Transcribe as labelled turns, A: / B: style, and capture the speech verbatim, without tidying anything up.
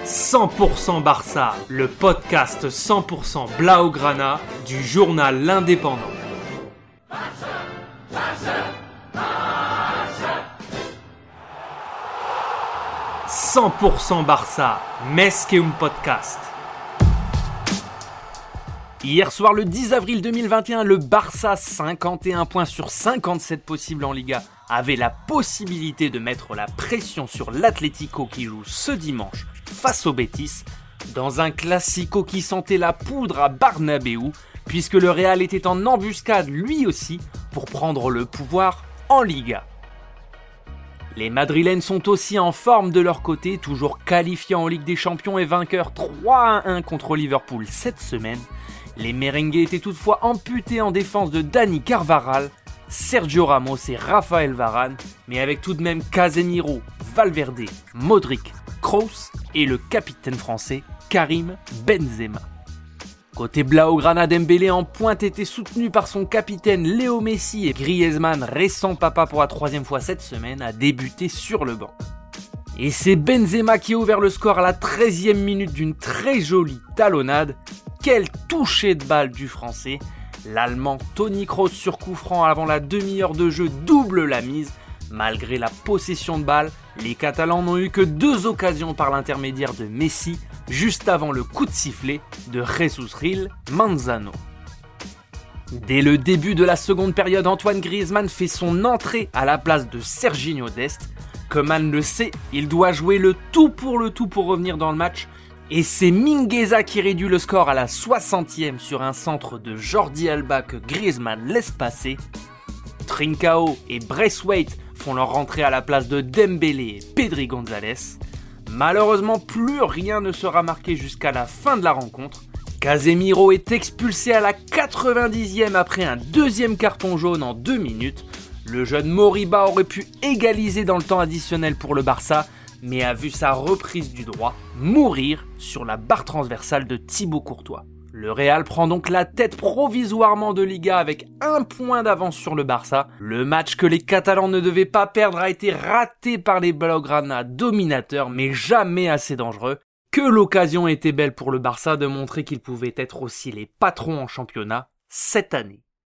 A: cent pour cent Barça, le podcast cent pour cent Blaugrana du journal L'Indépendant. Barça, Barça, Barça. cent pour cent Barça, Més que un podcast. Hier soir, le dix avril deux mille vingt et un, le Barça, cinquante et un points sur cinquante-sept possibles en Liga, avait la possibilité de mettre la pression sur l'Atlético qui joue ce dimanche face au Betis, dans un classico qui sentait la poudre à Bernabéu, puisque le Real était en embuscade lui aussi pour prendre le pouvoir en Liga. Les Madrilènes sont aussi en forme de leur côté, toujours qualifiés en Ligue des Champions et vainqueurs trois à un contre Liverpool cette semaine. Les merengues étaient toutefois amputés en défense de Dani Carvajal, Sergio Ramos et Raphaël Varane, mais avec tout de même Casemiro, Valverde, Modric, Kroos et le capitaine français Karim Benzema. Côté Blaugrana, Dembélé en pointe était soutenu par son capitaine Léo Messi et Griezmann, récent papa pour la troisième fois cette semaine, a débuté sur le banc. Et c'est Benzema qui a ouvert le score à la treizième minute d'une très jolie talonnade. Quel toucher de balle du français. L'Allemand Toni Kroos sur coup franc avant la demi-heure de jeu double la mise. Malgré la possession de balle, les Catalans n'ont eu que deux occasions par l'intermédiaire de Messi, juste avant le coup de sifflet de Jesus Gil Manzano. Dès le début de la seconde période, Antoine Griezmann fait son entrée à la place de Serginho Dest. Comme Anne le sait, il doit jouer le tout pour le tout pour revenir dans le match. Et c'est Mingueza qui réduit le score à la soixantième sur un centre de Jordi Alba que Griezmann laisse passer. Trincao et Braithwaite font leur rentrée à la place de Dembélé et Pedri González. Malheureusement, plus rien ne sera marqué jusqu'à la fin de la rencontre. Casemiro est expulsé à la quatre-vingt-dixième après un deuxième carton jaune en deux minutes. Le jeune Moriba aurait pu égaliser dans le temps additionnel pour le Barça, mais a vu sa reprise du droit mourir sur la barre transversale de Thibaut Courtois. Le Real prend donc la tête provisoirement de Liga avec un point d'avance sur le Barça. Le match que les Catalans ne devaient pas perdre a été raté par les Blaugrana, dominateurs mais jamais assez dangereux. Que l'occasion était belle pour le Barça de montrer qu'ils pouvaient être aussi les patrons en championnat cette année.